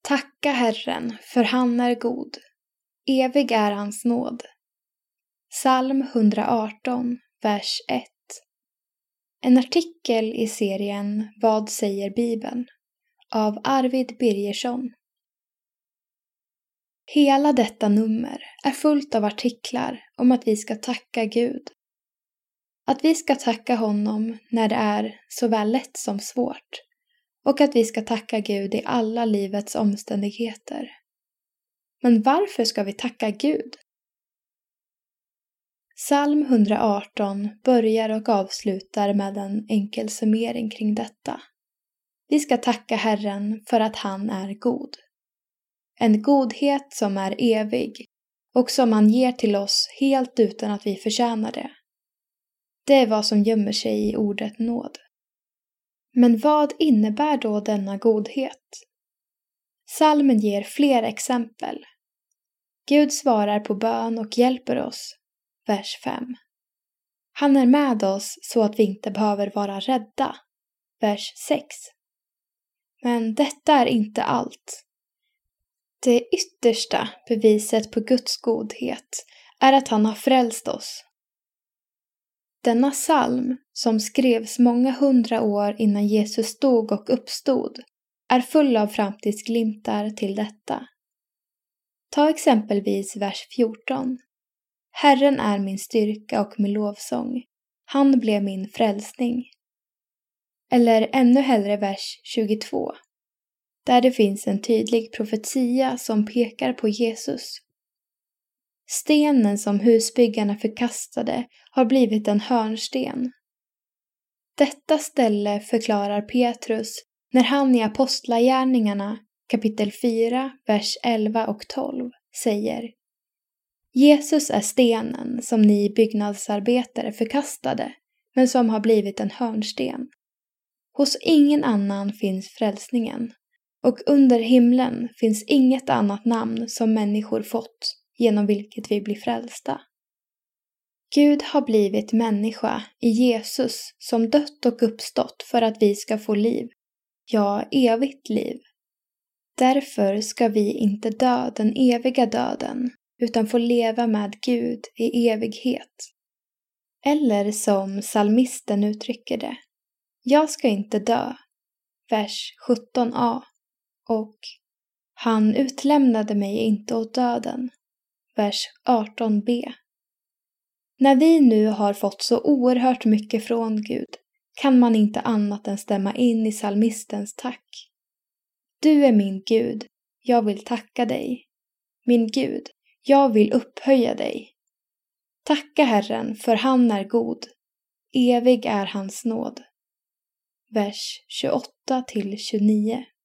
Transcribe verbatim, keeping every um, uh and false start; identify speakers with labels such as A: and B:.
A: Tacka Herren, för han är god. Evig är hans nåd. Psalm hundraarton, vers ett. En artikel i serien Vad säger Bibeln? Av Arvid Birgersson. Hela detta nummer är fullt av artiklar om att vi ska tacka Gud. Att vi ska tacka honom när det är såväl lätt som svårt. Och att vi ska tacka Gud i alla livets omständigheter. Men varför ska vi tacka Gud? Psalm hundraarton börjar och avslutar med en enkel summering kring detta. Vi ska tacka Herren för att han är god. En godhet som är evig och som han ger till oss helt utan att vi förtjänar det. Det är vad som gömmer sig i ordet nåd. Men vad innebär då denna godhet? Psalmen ger fler exempel. Gud svarar på bön och hjälper oss. Vers fem. Han är med oss så att vi inte behöver vara rädda. Vers sex. Men detta är inte allt. Det yttersta beviset på Guds godhet är att han har frälst oss. Denna psalm, som skrevs många hundra år innan Jesus dog och uppstod, är full av framtidsglimtar till detta. Ta exempelvis vers fjorton. Herren är min styrka och min lovsång. Han blev min frälsning. Eller ännu hellre vers tjugotvå. Där det finns en tydlig profetia som pekar på Jesus. Stenen som husbyggarna förkastade har blivit en hörnsten. Detta ställe förklarar Petrus när han i Apostlagärningarna kapitel fyra, vers elva och tolv säger: Jesus är stenen som ni byggnadsarbetare förkastade, men som har blivit en hörnsten. Hos ingen annan finns frälsningen, och under himlen finns inget annat namn som människor fått, genom vilket vi blir frälsta. Gud har blivit människa i Jesus som dött och uppstått för att vi ska få liv, ja, evigt liv. Därför ska vi inte dö den eviga döden, utan få leva med Gud i evighet. Eller som psalmisten uttrycker det: jag ska inte dö, vers sjutton a, och han utlämnade mig inte åt döden, vers arton b. När vi nu har fått så oerhört mycket från Gud kan man inte annat än stämma in i psalmistens tack. Du är min Gud, jag vill tacka dig. Min Gud, jag vill upphöja dig. Tacka Herren, för han är god. Evig är hans nåd. Vers tjugoåtta till tjugonio.